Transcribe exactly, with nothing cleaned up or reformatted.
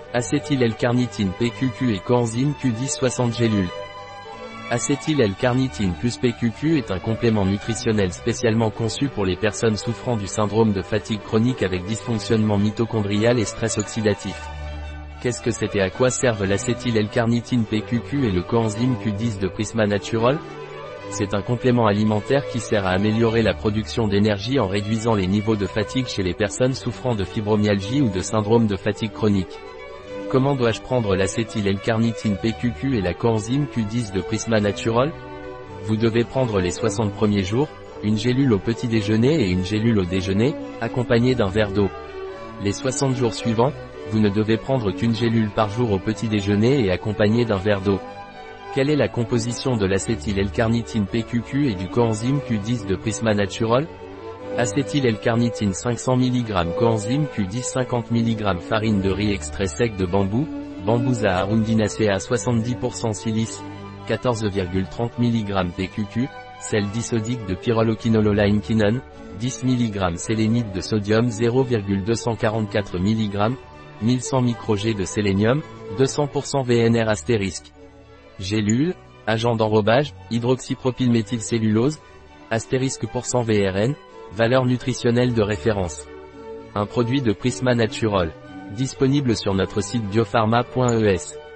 Acétyl-L-carnitine P Q Q et coenzyme Q dix soixante gélules. Acétyl-L-carnitine plus P Q Q est un complément nutritionnel spécialement conçu pour les personnes souffrant du syndrome de fatigue chronique avec dysfonctionnement mitochondrial et stress oxydatif. Qu'est-ce que c'est et à quoi servent l'acétyl-L-carnitine P Q Q et le coenzyme Q dix de Prisma Natural? C'est un complément alimentaire qui sert à améliorer la production d'énergie en réduisant les niveaux de fatigue chez les personnes souffrant de fibromyalgie ou de syndrome de fatigue chronique. Comment dois-je prendre l'acétyl-L-carnitine P Q Q et la coenzyme Q dix de Prisma Natural? Vous devez prendre les soixante premiers jours, une gélule au petit déjeuner et une gélule au déjeuner, accompagnée d'un verre d'eau. Les soixante jours suivants, vous ne devez prendre qu'une gélule par jour au petit déjeuner et accompagnée d'un verre d'eau. Quelle est la composition de l'acétyl-L-carnitine P Q Q et du coenzyme Q dix de Prisma Natural? Acétyl-L-carnitine cinq cents milligrammes, coenzyme Q dix cinquante milligrammes, farine de riz extrait sec de bambou, Bambusa arundinacea soixante-dix pour cent silice, quatorze virgule trente milligrammes P Q Q, sel disodique de pyrroloquinololine quinone, dix milligrammes sélénite de sodium zéro virgule deux cent quarante-quatre milligrammes, mille cent microgrammes de sélénium, deux cents pour cent V N R astérisque. Gélule, agent d'enrobage, hydroxypropylméthylcellulose, astérisque pour cent V R N, valeur nutritionnelle de référence. Un produit de Prisma Natural. Disponible sur notre site biopharma point E S.